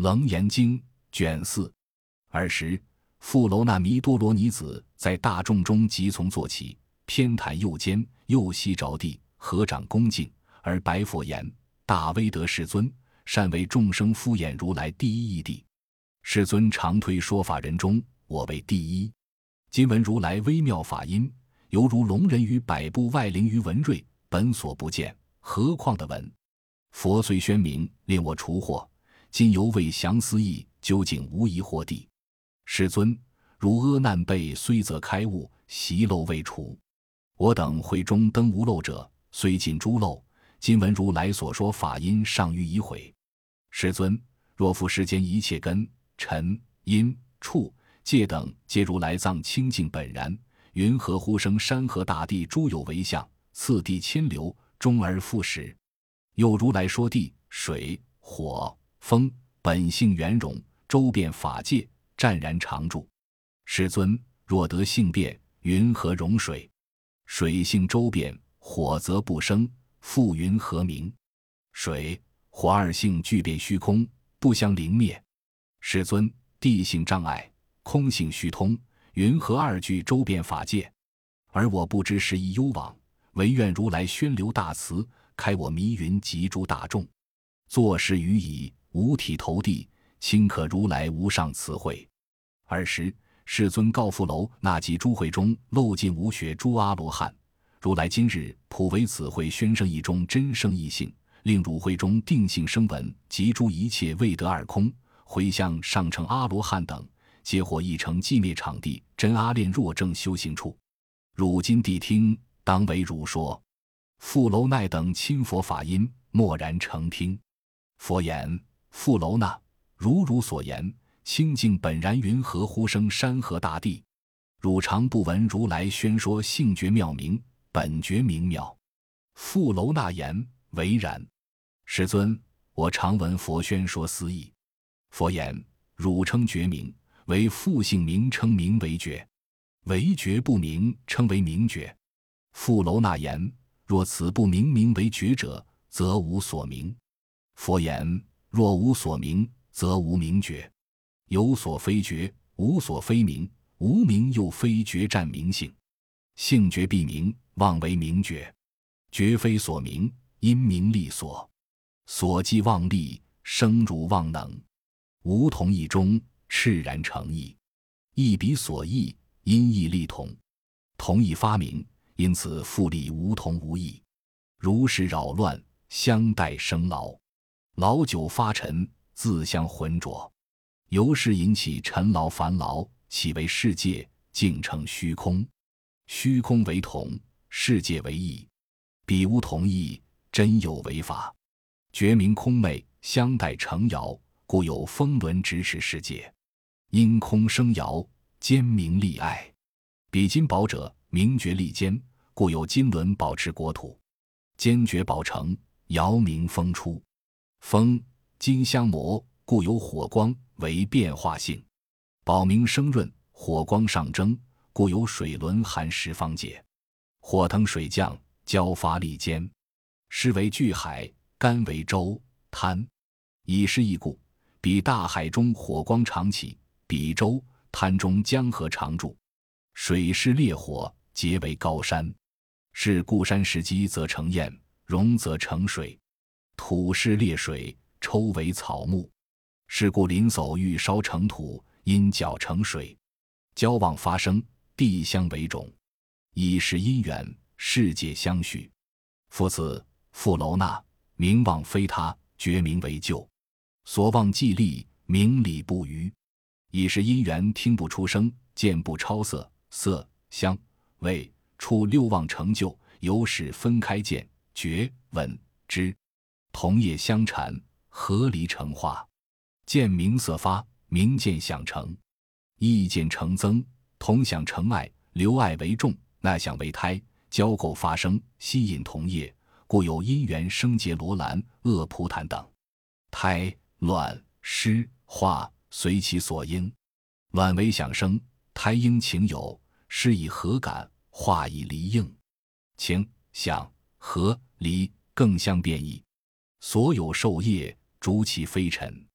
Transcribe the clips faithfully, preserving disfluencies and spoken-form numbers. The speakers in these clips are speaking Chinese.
楞严经卷四。尔时，富楼那弥多罗尼子在大众中即从坐起，偏袒右肩，右膝着地，合掌恭敬，而白佛言：大威德世尊，善为众生敷衍如来第一义谛。世尊常推说法人中，我为第一。今闻如来微妙法音，犹如聋人于百步外灵于文瑞，本所不见，何况的闻？佛虽宣明，令我除惑，今犹未详思义，究竟无疑惑地。世尊，如阿难辈虽则开悟，习漏未除。我等会中登无漏者，虽尽诸漏，今闻如来所说法音，尚予已毁。世尊，若复世间一切根、尘、因、处、界等，皆如来藏清净本然，云何呼声山河大地诸有为相，次第千流，终而复始。又如来说地、水、火、风本性圆融，周遍法界，湛然常住。世尊，若得性变，云何容水？水性周遍，火则不生，复云何名？水、火二性具变虚空，不相灵灭。世尊，地性障碍，空性虚通，云何二具周遍法界？而我不知时宜幽往，唯愿如来宣流大慈，开我迷云及诸大众。作事于已，五体投地，顷可如来无上慈惠。尔时，世尊告富楼那及诸会中漏尽无学诸阿罗汉：如来今日普为此会宣圣义中真圣义性，令汝会中定性声闻及诸一切未得二空，回向上乘阿罗汉等，皆获一成寂灭场地真阿炼若正修行处。汝今谛听，当为汝说。富楼那等亲佛法音，默然承听。佛言：富楼那，如汝所言，清净本然云何呼声山河大地？汝常不闻如来宣说性觉妙明，本觉明妙。富楼那言：唯然。世尊，我常闻佛宣说斯义。佛言：汝称觉明，为复性名称名为觉，为觉不明称为明觉。富楼那言：若此不明名为觉者，则无所明。佛言：若无所明，则无明觉。有所非觉，无所非明，无明又非觉占明性。性觉必明，妄为明觉。觉非所明，因明力所。所即妄力，生如妄能。无同义中，赤然成义。义比所义，因义力同。同义发明，因此复利无同无异。如是扰乱，相待生劳。劳久发沉，自相浑浊。由是引起尘劳烦劳，起为世界，竟成虚空。虚空为同，世界为异。彼无同异，真有为法。觉明空昧，相待成摇，故有风轮直持世界。因空生摇，坚明利爱。比金宝者，明觉利坚，故有金轮保持国土。坚决保成，摇明风出。风金相磨，故有火光，为变化性。宝明生润，火光上蒸，故有水轮含十方界。火腾水降，交发利坚。湿为巨海，干为舟滩。以是义故，彼大海中火光常起，彼舟滩中江河常住。水是烈火，结为高山。是故山石积则成焰，融则成水。土是烈水，抽为草木。是故林叟欲烧成土，因搅成水。交往发生，地相为种。以是因缘，世界相续。复次，富楼那，名望非他，觉名为旧。所望既立，明理不渝。以是因缘，听不出声，见不超色，色、香、味、触六望成就，由是分开见、觉、闻、知。同业相缠，合离成化。见明色发，明见想成。意见成增，同想成爱，留爱为重，那想为胎，交媾发生，吸引同业，故有因缘生结罗兰、恶蒲檀等。胎、卵、湿、化随其所因。卵为想生，胎应情有，湿以和感，化以离应。情、想、和、离更相变异。所有受业，逐其非尘。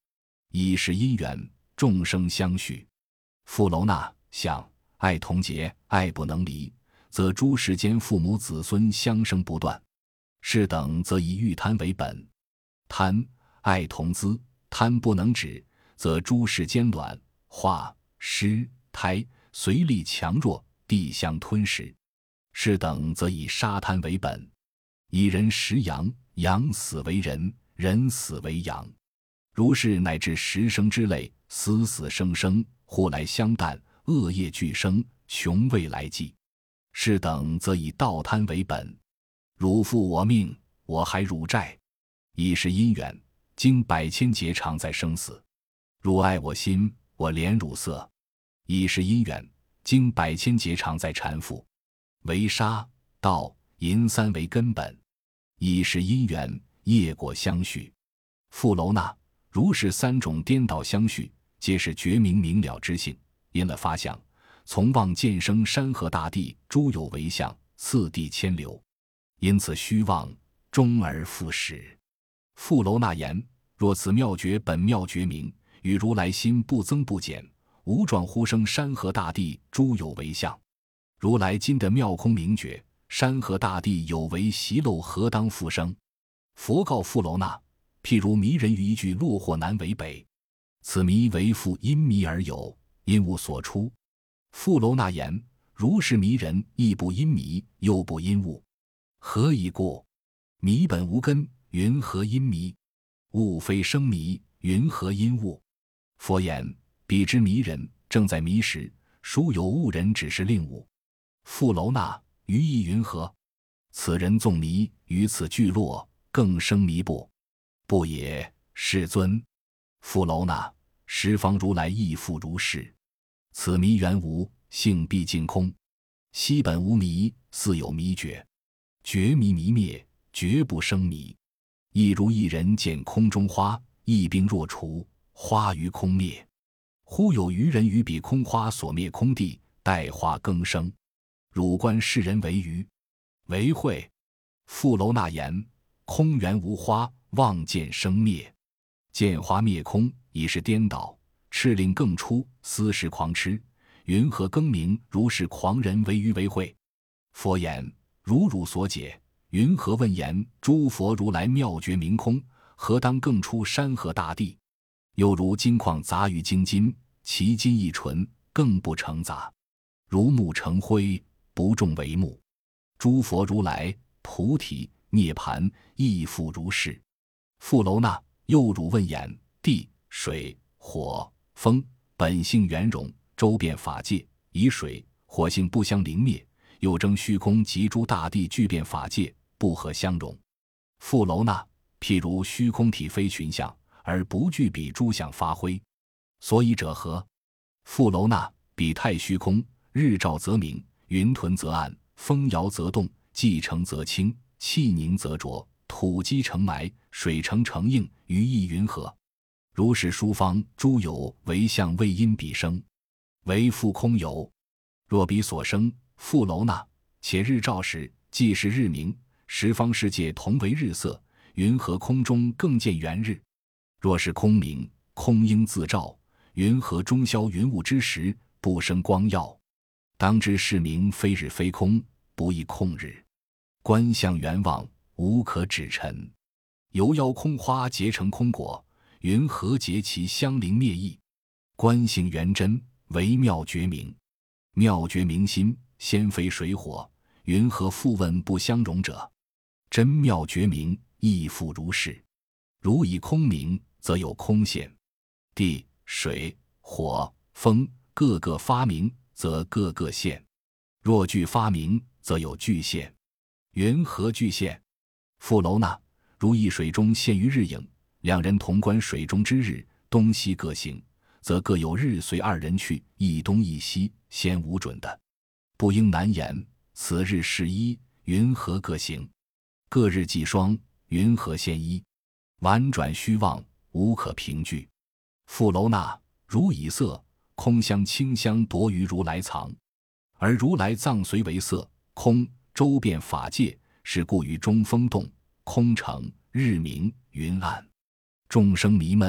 以是因缘，众生相续。富楼那想爱同结，爱不能离，则诸世间父母子孙相生不断。是等则以欲贪为本，贪爱同资，贪不能止，则诸世间卵化湿胎随力强弱，地相吞噬。是等则以杀贪为本，以人食阳，阳死为人，人死为阳。如是乃至十生之类，死死生生，互来相啖，恶业俱生，穷未来际。是等则以盗贪为本，汝负我命，我还汝债，以是因缘，经百千劫常在生死。汝爱我心，我怜汝色，以是因缘，经百千劫常在缠缚。为杀盗淫三为根本，以是因缘，业果相续。富楼那，如是三种颠倒相续，皆是觉明明了之性。因了发相，从望见生山河大地，诸有为相，次第牵流。因此虚妄，终而复始。富楼那言：若此妙觉本妙觉明，与如来心不增不减，无状忽生山河大地，诸有为相。如来今的妙空明觉，山河大地有为习漏，何当复生？佛告富楼那：譬如迷人于一句落或南为北，此迷为复因迷而有，因物所出。富楼那言：如是迷人，亦不因迷，又不因物。何以故？迷本无根，云何因迷？物非生迷，云何因物？佛言：彼之迷人，正在迷时，孰有物人只是令物？富楼那，于意云何？此人纵迷，于此聚落，更生迷不？不也，世尊。富楼那，十方如来亦复如是。此迷原无，性毕竟空。悉本无迷，似有迷觉。觉迷迷灭，绝不生迷。亦如一人见空中花，一冰若除，花于空灭。忽有余人于彼空花所灭空地，待花更生。汝观世人为愚，为慧。富楼那言：空原无花，望见生灭。见花灭空，已是颠倒。赤令更出，斯是狂痴。云何更名如是狂人为愚为慧？佛言：如汝所解，云何问言？诸佛如来妙觉明空，何当更出山河大地？又如金矿杂于精金，其金亦纯，更不成杂。如木成灰，不重为木。诸佛如来菩提涅盘亦复如是。富楼那，又汝问言：地水火风本性圆融，周遍法界，以水火性不相凌灭，又争虚空及诸大地俱遍法界，不合相容。富楼那，譬如虚空体非群相，而不具彼诸相发挥，所以者何？富楼那，彼太虚空，日照则明，云屯则暗，风摇则动，气成则清，气凝则浊，土积成埋，水成成硬，于意云何？如是诸方诸有为相，为因彼生，为复空有。若彼所生，富楼那，且日照时，即是日明，十方世界同为日色，云何空中更见圆日？若是空明，空应自照，云何中消云雾之时，不生光耀？当知是明非日非空，不亦空日。观相圆望，无可指陈。由邀空花结成空果，云何结其相邻灭异？观性圆真，为妙觉明。妙觉明心，先非水火，云何复问不相容者？真妙觉明，亦复如是。如以空明，则有空现；地水火风各个发明，则各个现；若具发明，则有具现。云何具现？富楼那，如一水中现于日影，两人同观水中之日，东西各行，则各有日随二人去，一东一西，先无准的。不应难言，此日是一，云何各行？各日既双，云何现一？婉转虚妄，无可凭据。富楼那，如以色空相清香夺于如来藏，而如来藏随为色空，周遍法界，是故于中风动，空成日明云暗。众生迷闷，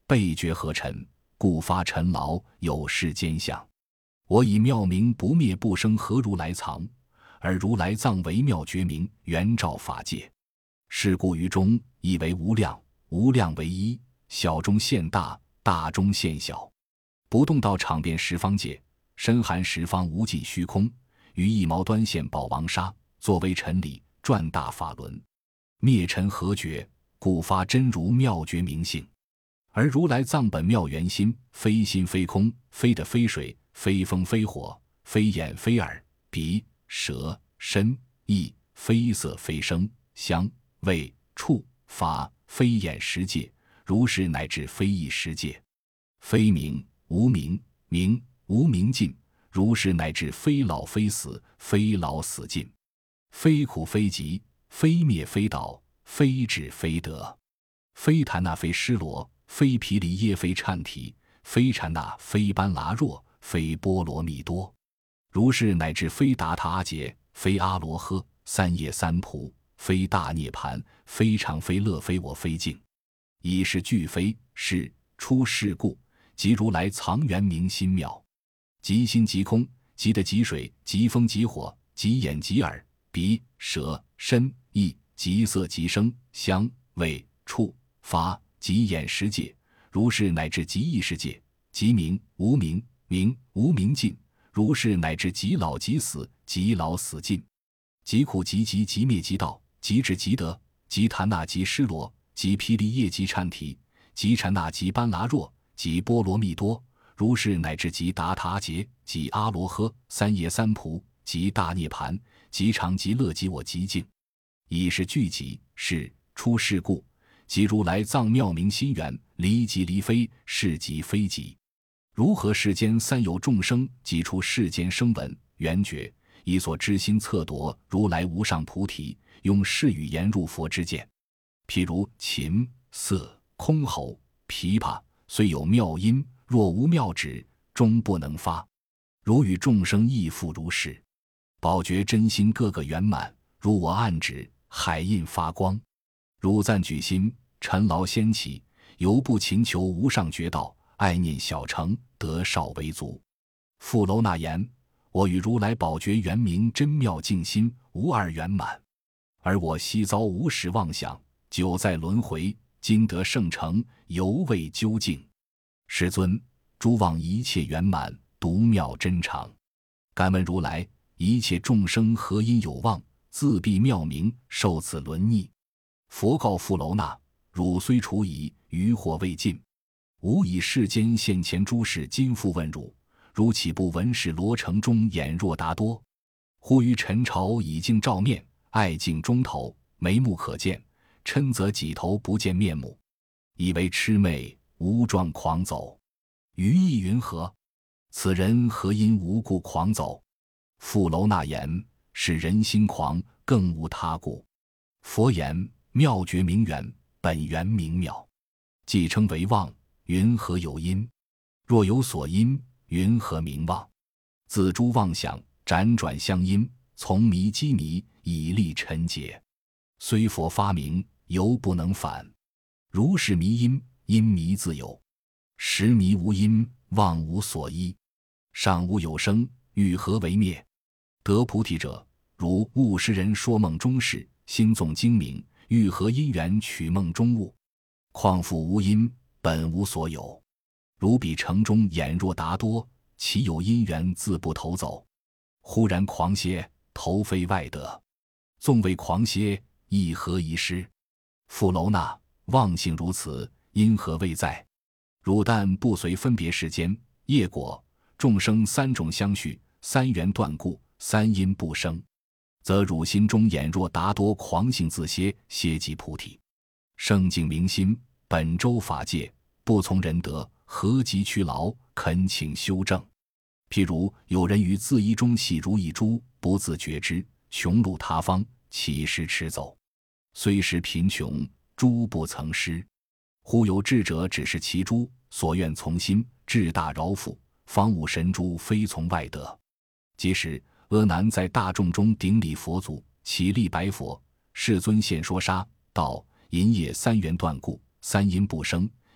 备觉何尘，故发尘劳，有世间相。我以妙明不灭不生，何如来藏？而如来藏为妙觉明，圆照法界。是故于中亦为无量，无量为一，小中现大，大中现小。不动道场遍十方界，深含十方无尽虚空。于一毛端现宝王沙，作为尘理，转大法轮。灭尘合觉，故发真如妙觉明性。而如来藏本妙圆心，非心非空，非的非水，非风非火，非眼非耳鼻舌身意，非色非声香味触法，非眼识界，如是乃至非意识界。非明无明，明无明尽，如是乃至非老非死，非老死尽。非苦非集，非灭非倒，非智非得。非檀那非尸罗，非毗梨耶非忏提，非禅那非般拿若，非波罗蜜多。如是乃至非达他阿劫，非阿罗诃，三业三菩，非大涅盘，非常非乐，非我非净。以是俱非是出世故，即如来藏圆明心妙。即心即空，即的即水，即风即火，即眼即耳鼻舌身意，即色即声香味触法，即眼识界，如是乃至即意识界。即明无明，明无明尽，如是乃至即老即死，即老死尽。即苦即集即灭即道，即智即得，即檀那即尸罗，即毗梨耶即忏提，即禅那即般拿若，即波罗蜜多。如是乃至即达他阿劫，即阿罗诃，三业三菩，即大涅盘，即常即乐，即我即净。以是俱集是出世故，即如来藏妙明心圆，离即离非，是即非即。如何世间三有众生即出世间声闻缘觉，以所知心测夺如来无上菩提，用是语言入佛之见。譬如琴瑟箜篌琵琶，虽有妙音，若无妙指，终不能发。如与众生亦复如是。宝觉真心个个圆满，如我暗指，海印发光。汝赞举心，尘劳先起，犹不勤求无上觉道，爱念小乘，得少为足。富楼那言：我与如来宝觉圆明真妙净心，无二圆满。而我昔遭无始妄想，久在轮回，今得圣成，犹未究竟。世尊，诸妄一切圆满，独妙真常。敢问如来，一切众生何因有妄，自闭妙明，受此轮逆？佛告富楼那：汝虽处矣，余惑未尽。吾以世间现前诸事，今复问汝：汝岂不闻是罗城中眼若达多？忽于尘朝以镜照面，爱镜中头，眉目可见，嗔则几头不见面目，以为魑魅，无状狂走。于意云何？此人何因无故狂走？富楼那言：是人心狂，更无他故。佛言：妙觉明圆，本源明妙，既称为妄，云何有因？若有所因，云何名妄？自诸妄想，辗转相因，从迷积迷，以利尘劫。虽佛发明，犹不能反。如是迷因，因迷自有。实迷无因，妄无所依。上无有生，欲何为灭？得菩提者，如悟师人说梦中事，心纵精明，欲何因缘取梦中物？况复无因，本无所有。如彼城中眼若达多，其有因缘自不投走？忽然狂歇，投非外得。纵谓狂歇，亦何遗失？富楼那，妄性如此，因何未在？汝但不随分别世间业果众生三种相续，三缘断故，三因不生，则汝心中眼若达多狂性自歇，歇即菩提。圣净明心，本周法界，不从人德，何及屈劳？恳请修正。譬如有人于自衣中细如一珠，不自觉知，穷路他方，乞食驰走，虽时贫穷，珠不曾失。忽有智者指示其珠，所愿从心，智大饶富，方悟神珠非从外得。即时阿难在大众中顶礼佛祖，起立白佛：世尊现说杀道：淫业三缘断故，三因不生，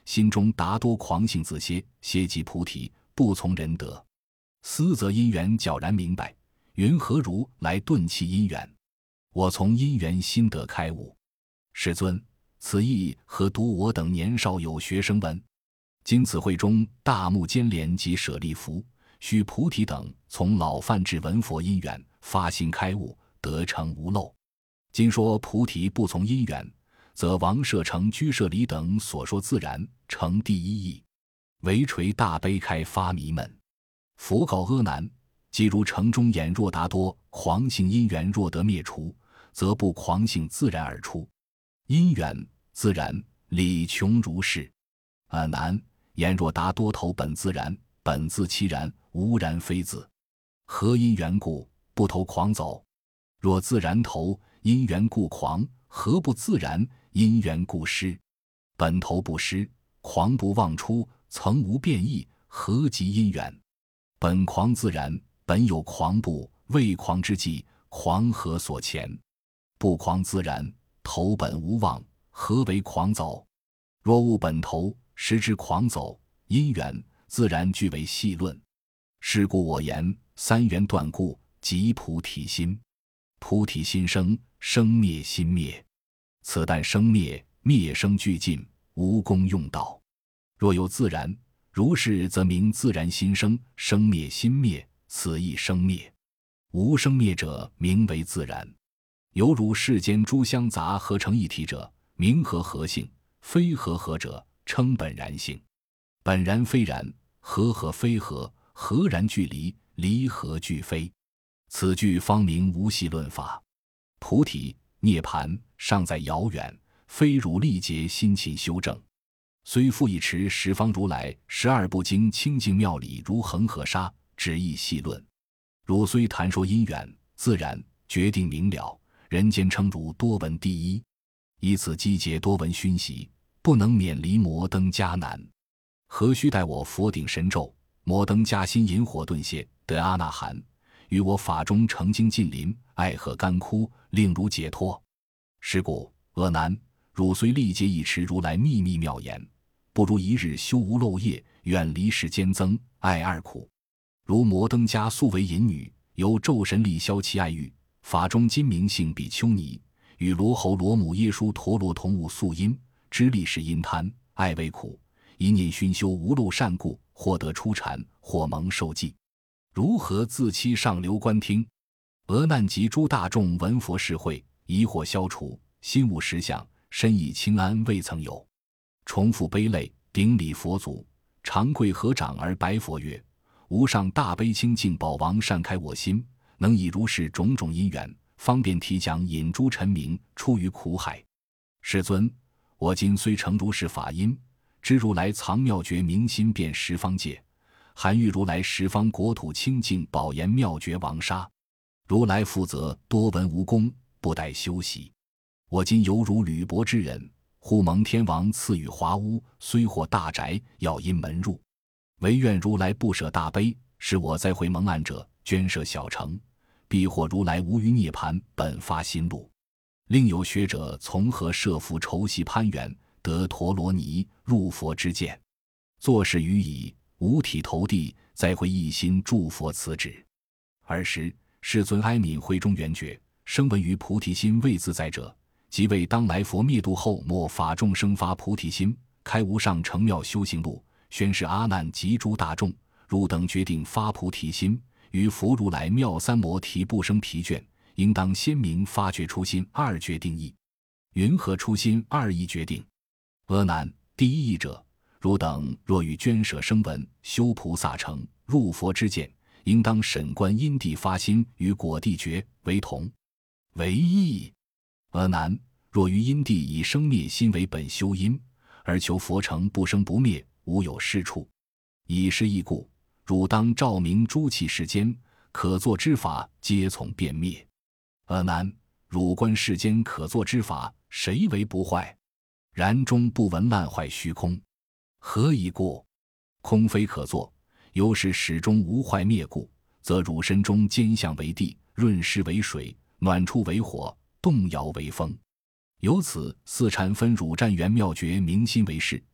心中达多狂性自歇，歇即菩提，不从人德。思则因缘皎然明白，云何如来顿弃因缘？我从因缘心得开悟。世尊，此意何独我等年少有学生闻？今此会中大目犍连及舍利弗、须菩提等，从老梵志闻佛因缘，发心开悟，得成无漏。今说菩提不从因缘，则王舍城居舍离等所说自然成第一义，唯垂大悲开发迷闷。佛告阿难：即如城中眼若达多，狂性因缘若得灭除，则不狂性自然而出。因缘自然理穷如是。阿难，眼若达多头本自然，本自其然，无然非自。何因缘故不投狂走？若自然投，因缘故狂，何不自然？因缘故失。本投不失，狂不妄出，曾无变异，何及因缘？本狂自然，本有狂不，未狂之际，狂何所前？不狂自然，投本无妄，何为狂走？若悟本投，实知狂走，因缘自然俱为细论。是故我言三缘断故，即菩提心。菩提心生，生灭心灭。此但生灭，灭生俱尽，无功用道。若有自然，如是则名自然心生，生灭心灭，此亦生灭。无生灭者，名为自然。犹如世间诸相杂合成一体者，名合合性；非合合者，称本然性。本然非然，合合非合，合然俱离，离合俱非。此句方名无系论法。菩提涅盘尚在遥远，非汝力竭辛勤修正。虽复一持十方如来十二部经清净妙理如恒河沙，只意细论。汝虽谈说因缘自然决定明了，人间称汝多闻第一，以此积结多闻熏习，不能免离摩登迦难。何须待我佛顶神咒，摩登迦心引火顿泄，得阿那含，于我法中成精近临，爱河干枯，令汝解脱。是故阿难，汝虽力竭一持如来秘密妙言，不如一日修无漏业，远离世间增爱二苦。如摩登迦素为淫女，由咒神力消其爱欲，法中金明性比丘尼，与罗侯罗母耶输陀罗同悟素因，知力是因贪，爱为苦，一念熏修无漏善故，获得出禅，或蒙受记。如何自欺上流观听？阿难及诸大众闻佛事会，疑惑消除，心悟实相，身意清安，未曾有。重复悲泪，顶礼佛祖，长跪合掌而白佛曰：无上大悲清净宝王善开我心，能以如是种种因缘，方便提讲引诸臣民出于苦海。世尊，我今虽成如是法音，知如来藏妙觉明心遍十方界，含喻如来十方国土清净宝严妙觉王沙。如来负责多闻无功，不待修习。我今犹如履薄之人，忽蒙天王赐予华屋，虽获大宅，要因门入。唯愿如来不舍大悲，使我再回蒙岸者，捐设小城，必获如来无余涅盘本发心路。另有学者从何设伏筹习攀缘，得陀罗尼入佛之见，作事于已，五体投地，再会一心祝佛此旨。尔时世尊哀悯会中圆觉，声闻于菩提心未自在者，即为当来佛灭度后，莫法众生发菩提心，开无上成妙修行路，宣示阿难及诸大众，汝等决定发菩提心，于佛如来妙三摩提不生疲倦，应当鲜明发觉初心二决定义。云何初心二义决定？阿难，第一义者，汝等若欲捐舍声闻，修菩萨成，入佛之见，应当审观因地发心与果地觉为同为异。阿难，若于因地以生灭心为本修因，而求佛成不生不灭，无有是处。以是义故，汝当照明诸器世间，可作之法皆从变灭。阿难，汝观世间可作之法，谁为不坏？然终不闻烂坏虚空。何以故？空非可作，由是始终无坏灭故，则汝身中坚相为地，润湿为水，暖处为火，动摇为风。由此四禅分汝战圆妙觉明心为事，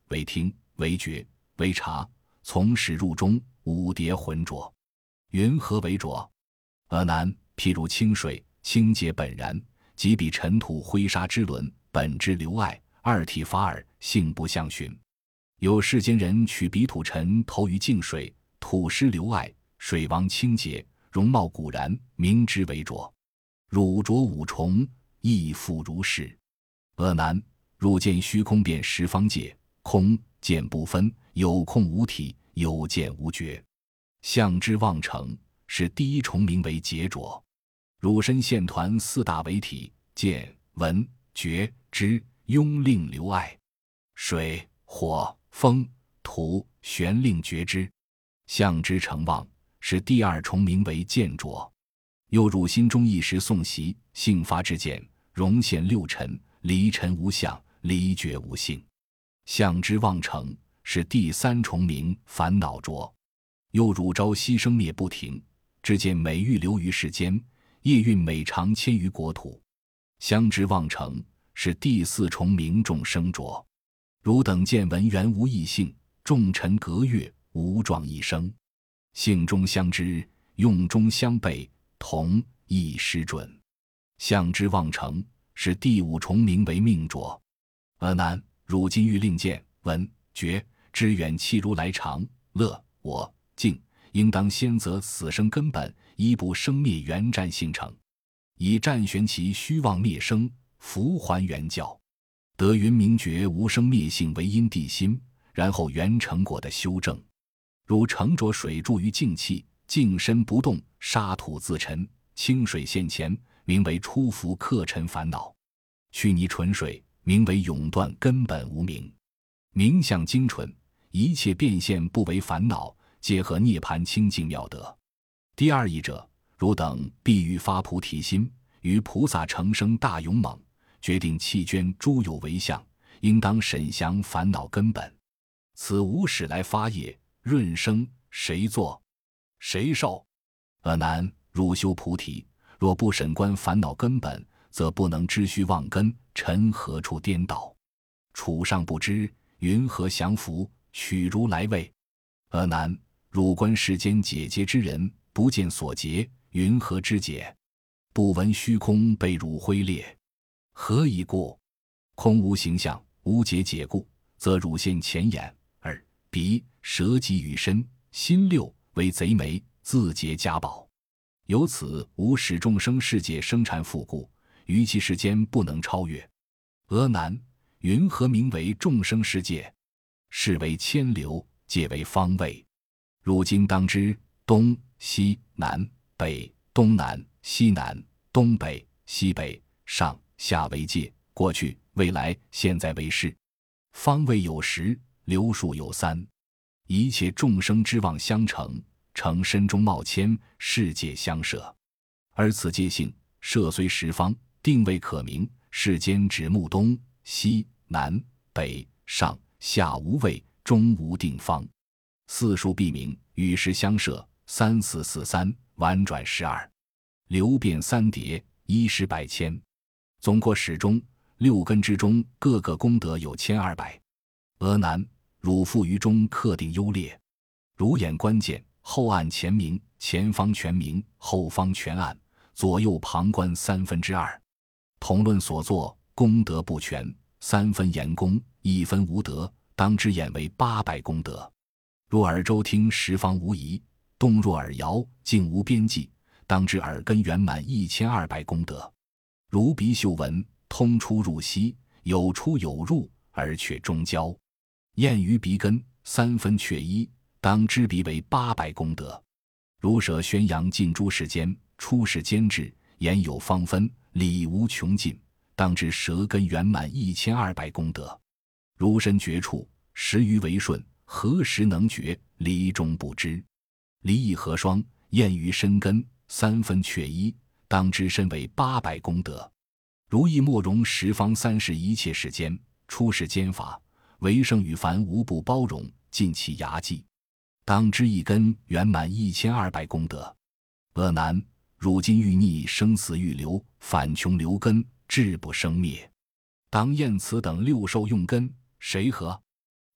为听，为觉，为察，从始入终，五叠浑浊。云何为浊？阿难，譬如清水，清洁本然，即比尘土灰沙之轮，本之流爱，二体法尔，性不相寻。有世间人取彼土尘投于净水，土湿流爱，水王清洁，容貌古然，名之为浊。汝浊五重，亦复如是。阿难，汝见虚空遍十方界，空见不分，有空无体，有见无觉，相之妄成，是第一重名为劫浊。汝身现团四大为体，见闻觉知拥令流爱，水火风土玄令觉知，相之成妄，是第二重名为见浊。又汝心中一时诵习，性发至见，容现六尘，离尘无相，离觉无性，相之妄成，是第三重名烦恼浊。又汝朝夕生灭不停，只见每欲流于世间，夜运每常迁于国土，相之妄成，是第四重名众生浊。汝等见闻原无异性，众尘隔越，无状一生，性中相知，用中相悖，同一失准，相之妄成，是第五重名为命浊。阿难，汝今欲令见闻觉知远弃如来常乐我净，应当先择死生根本，一不生灭缘战性成，以战旋其虚妄灭生，复还原教，得云明觉无生灭性为因地心，然后缘成果的修正。如盛浊水注于静气，静身不动，沙土自沉，清水现前，名为出伏克尘烦恼；去泥纯水，名为永断根本无明。名相精纯，一切变现不为烦恼，皆合涅盘清净妙德。第二义者，汝等必欲发菩提心，于菩萨成生大勇猛，决定弃捐诸有为相，应当审详烦恼根本。此无始来发业润生，谁作谁受？阿难，汝修菩提，若不审观烦恼根本，则不能知虚妄根，尘何处颠倒？处上不知，云何降伏？取如来位。阿难，汝观世间解结之人，不见所结，云何知解？不闻虚空被汝挥裂，何以故？空无形象，无解解故，则汝现前眼、耳、鼻、舌及与身、心六为贼眉，自结家宝。由此无始众生世界生产复故，于其世间不能超越。阿难，云何名为众生世界？是为千流，界为方位。汝今当知，东西南北，东南西南，东北西北，上下为界，过去未来现在为世。方位有十，流数有三，一切众生之妄相成，成身中冒迁，世界相摄。而此界性摄虽十方，定位可名，世间指目东西南北上下无位，中无定方。四数必明，与时相摄，三四四三，婉转十二，流变三叠，一时百千。总括始终，六根之中，各个功德有千二百。阿难，汝复于中刻定优劣，如眼关键，后暗前明，前方全明，后方全暗，左右旁观三分之二。同论所作功德不全，三分言功，一分无德，当知眼为八百功德。若耳周听十方无疑，动若耳摇，静无边际，当知耳根圆满一千二百功德。如鼻嗅闻，通出入息，有出有入，而却中交。验于鼻根，三分却一，当知鼻为八百功德。如舍宣扬尽诸世间，出世间智，言有方分，理无穷尽，当知舌根圆满一千二百功德。如身觉处，时于为顺，何时能觉？离中不知。离异合双，验于身根，三分却一，当知身为八百功德。如意莫容十方三世一切世间，出世间法，为圣与凡无不包容，尽其牙迹，当知一根圆满一千二百功德。阿难，汝今欲逆生死欲流，反穷流根，志不生灭，当验此等六受用根，谁合？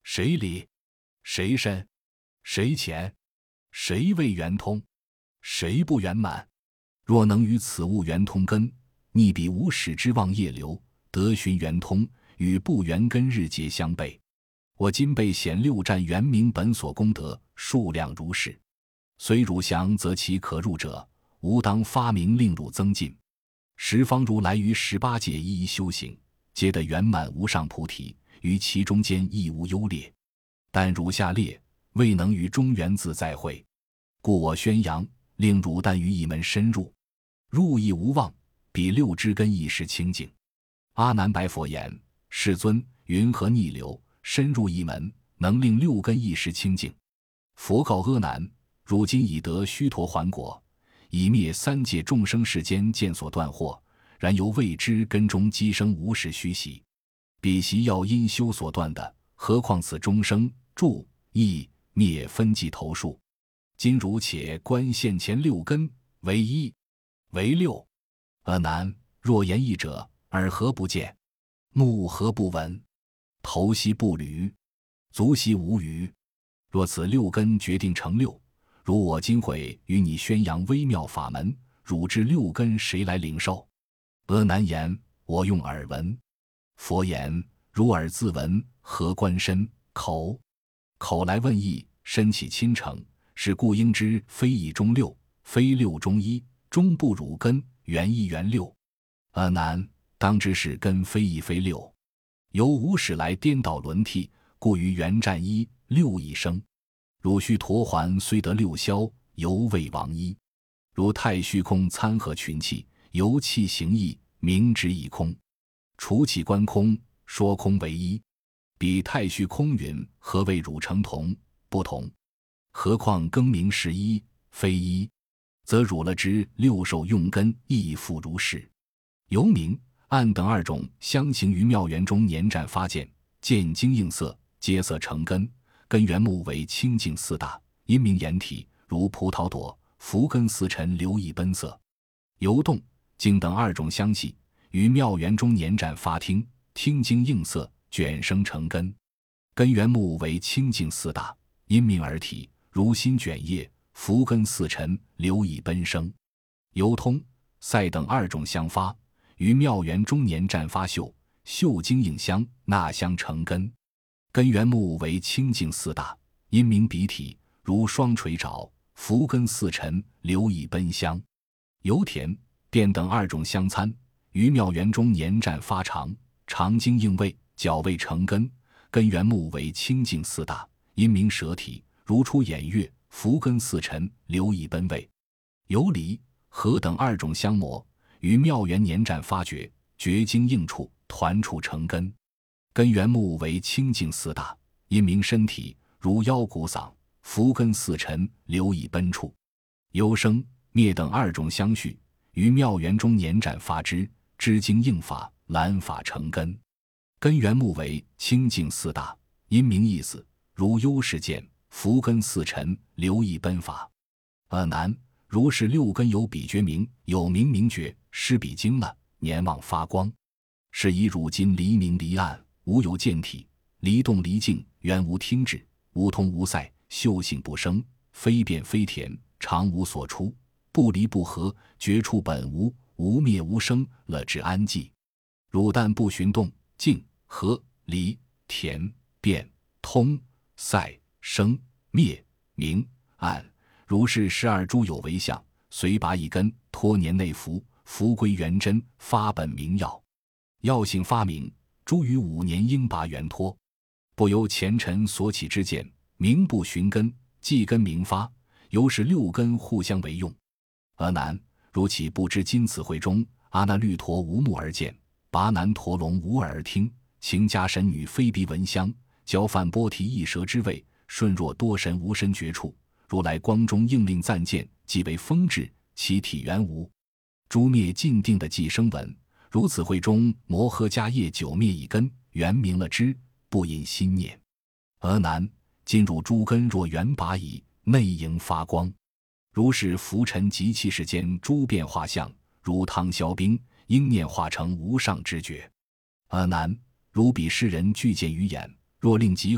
谁离？谁深？谁浅？谁为圆通？谁不圆满？若能与此物圆通根，逆彼无始之望业流，得寻圆通，与不圆根日节相悖。我今备显六战圆明本所功德数量如是，虽汝详则其可入者，吾当发明令汝增进。十方如来于十八界一一修行，皆得圆满无上菩提，于其中间亦无优劣。但汝下列未能与中原自在会，故我宣扬，令汝但于一门深入，入亦无望，彼六之根一时清净。阿难白佛言：世尊，云何逆流？深入一门，能令六根一时清净。佛告阿难：汝今已得须陀洹果，以灭三界众生世间见所断惑，然犹未知根中积生无始虚习。彼习要因修所断的，何况此中生住意灭分际头数。今汝且观现前六根为一为六。阿难，若言一者，耳何不见？目何不闻？头悉不履？足悉无余？若此六根决定成六，如我今会与你宣扬微妙法门，汝知六根谁来领受？阿难言：我用耳闻。佛言：如耳自闻，何观身口？口来问意，身起亲诚，是故应知非一中六，非六中一，中不汝根，原一原六。阿难，当知是根非一非六，由无始来颠倒轮替，故于原占一六一生。汝须陀洹虽得六消，犹未亡一。如太虚空参合群气，由气行意，明之亦空。除气观空，说空为一。彼太虚空云：何谓汝成同？不同。何况更名是一非一，则汝了之六受用根亦复如是。由明暗等二种相形于妙缘中粘战发见，见精应色，皆色成根。根源目为清净四大，因名眼体，如葡萄朵，福根似尘流溢奔色。由动经等二种相系，于妙缘中粘战发听，听经应色，卷生成根。根源目为清净四大，因名而体，如心卷叶，福根似尘流溢奔生。由通赛等二种相发，于妙缘中粘战发嗅，嗅经应香，纳香成根。根源目为清净四大，因名彼体，如双垂爪，福根似尘流溢奔香。由田变等二种相参，于妙缘中粘战发长，长经应味，角味成根。根源目为清净四大，因名舌体，如出眼月，福根似尘流溢奔味。由离合等二种相磨，于妙缘粘战发觉，觉经应触，团触成根。根源目为清净四大，因名身体，如腰骨嗓，福根似尘流溢奔触。由生灭等二种相续，于妙缘中粘战发支，支经应法，览法成根。根源目为清净四大，因名意思，如幽视见，福根似尘流溢奔法。阿难，如是六根有比觉明，有明明觉，失彼经了，年望发光。是以汝今离明离暗，无有见体，离动离静，原无听智，无通无塞，嗅性不生，非变非甜，常无所出，不离不合，绝处本无，无灭无生，乐之安寂。汝但不寻动静和离甜变通塞生灭明暗，如是十二诸有为相，随拔一根，托年内服，服归原真，发本明药。药性发明，诸于五年应拔原脱，不由前尘所起之见，名不寻根，即根明发，由是六根互相为用。阿难，如岂不知今此会中，阿那律陀无目而见，拔难陀龙无耳而听，情家神女非鼻闻香，交饭波提一舌之味，顺若多神无身觉处，如来光中应令暂见，即为风至，其体原无。诸灭尽定的寄生文，如此会中摩诃迦叶久灭一根，原明了之，不引心念。阿难，今汝诸根若原拔矣，内盈发光。如是浮尘及气世间诸变化相，如汤消冰，应念化成无上知觉。阿难，如彼世人具见于眼，若令集合，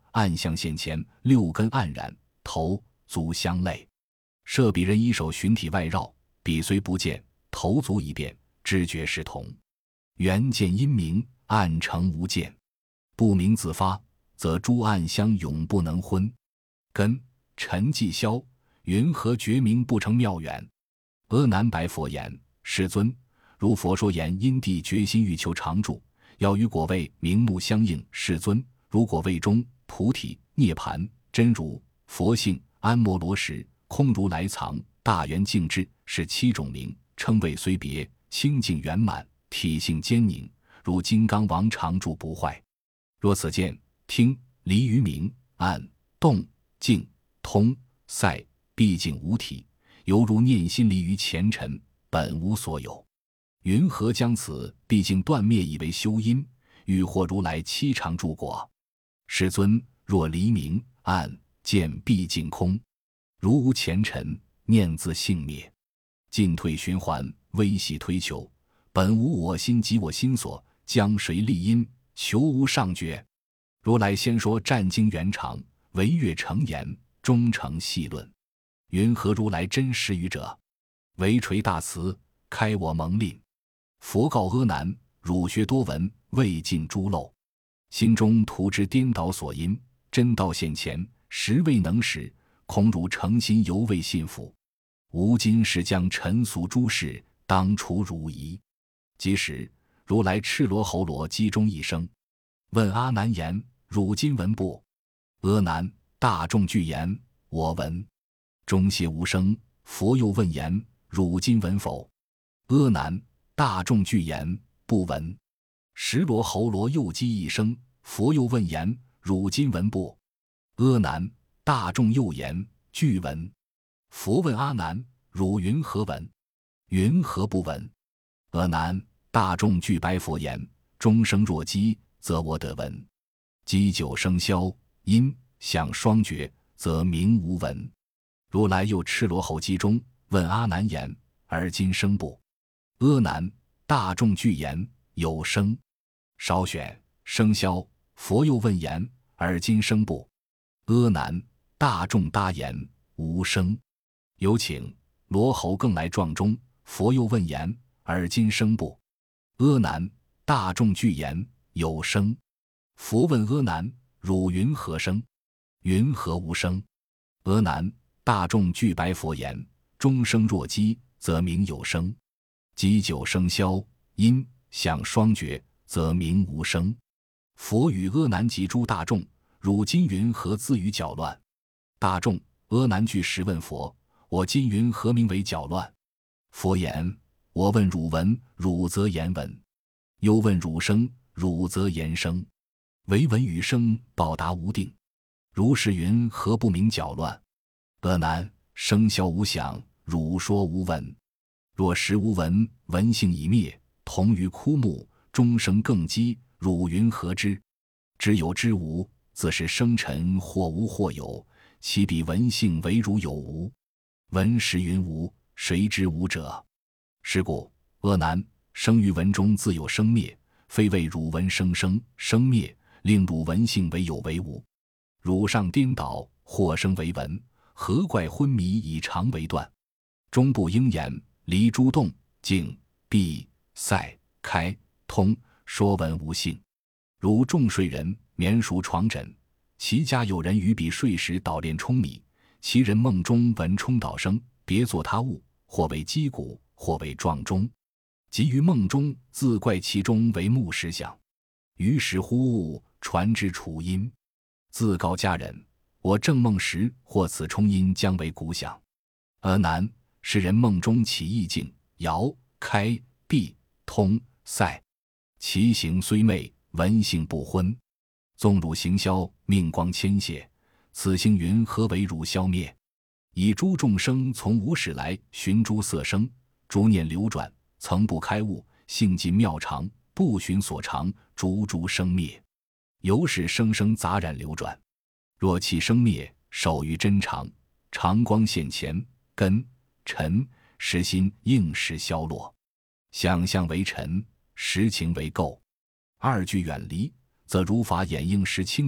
暗象现前，六根黯然，头足相类。设彼人以手寻体外绕，彼虽不见，头足已变，知觉是同。元见阴明，暗成无见。不明自发，则诸暗相永不能昏。根尘既消，云何觉明不成妙远？阿难白佛言：世尊，如佛说言，因地决心欲求常住，要与果位明目相应。世尊，如果位中菩提、涅盘、真如、佛性、安摩罗什、空如来藏、大圆净智，是七种名，称谓虽别，清净圆满，体性坚宁，如金刚王常住不坏。若此见听离于明暗动静通塞，毕竟无体，犹如念心离于前尘，本无所有。云何将此毕竟断灭以为修因，欲获如来七常住果？世尊，若离明暗见毕竟空，如无前尘，念自性灭，进退循环，微细推求，本无我心及我心所，将谁立因，求无上觉？如来先说战经圆长，惟悦成言，终成细论。云何如来真实语者？唯垂大慈，开我蒙吝。佛告阿难：汝学多闻，未尽诸漏，心中图之颠倒所因，真道现前，实未能识，恐汝诚心犹未信服。吾今是将尘俗诸事，当除汝疑。即时，如来赤裸喉罗击中一声，问阿难言：汝今闻不？阿难：大众俱言，我闻。中谢无声，佛又问言：汝今闻否？阿难：大众俱言，不闻。时罗喉罗又击一声，佛又问言：汝今闻不？阿难：大众又言，俱闻。佛问阿难：汝云何闻？云何不闻？阿难：大众俱白佛言：终生若击，则我得闻；击久生消，因相双绝，则名无闻。如来又赤裸后击中，问阿难言：而今生不？阿难：大众俱言，有生。稍选生消，佛又问言：而今生不？阿难：大众答言，无生。有请罗侯更来撞钟，佛又问言：而今生不？阿难：大众俱言，有生。佛问阿难：汝云何生？云何无生？阿难：大众俱白佛言：终生若击，则名有生；击久生消，因相双绝，则名无生。佛与阿难及诸大众：汝今云何自于搅乱？大众：阿难具实问佛：我今云何名为搅乱？佛言：我问汝闻，汝则言闻；又问汝生，汝则言生。唯闻与生，报答无定。如是云何不明搅乱？阿难：生消无想，汝说无闻。若实无闻，闻性已灭，同于枯木，终生更激，汝云何之？知有知无，自是生尘，或无或有，其彼闻性为汝有无？闻实云无，谁知无者？是故阿难，生于闻中自有生灭，非谓汝闻生生生灭，令汝闻性为有为无。汝上颠倒，或生为闻，何怪昏迷以常为断？终不应言，离诸动静闭塞开通，说闻无性。如众睡人，眠熟床枕，其家有人于彼睡时捣炼舂米，其人梦中闻冲倒声，别作他物，或为击鼓，或为撞钟，即于梦中自怪其中为木石响。于是忽悟，传之楚音，自告家人：我正梦时，或此冲音将为鼓响。阿难，是人梦中起意境，摇开闭通塞，其形虽昧，闻性不昏。纵汝行消，命光牵泻，此星云何为汝消灭？以诸众生从无始来，寻诸色声，诸念流转，曾不开悟，性尽妙常，不寻所长，诸诸生灭，由是生生杂染流转。若气生灭，守于真常，常光现前，根尘实心应时消落。想象为尘，实情为垢，二句远离，则如法掩映时清明，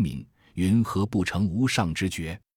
云何不成无上之觉？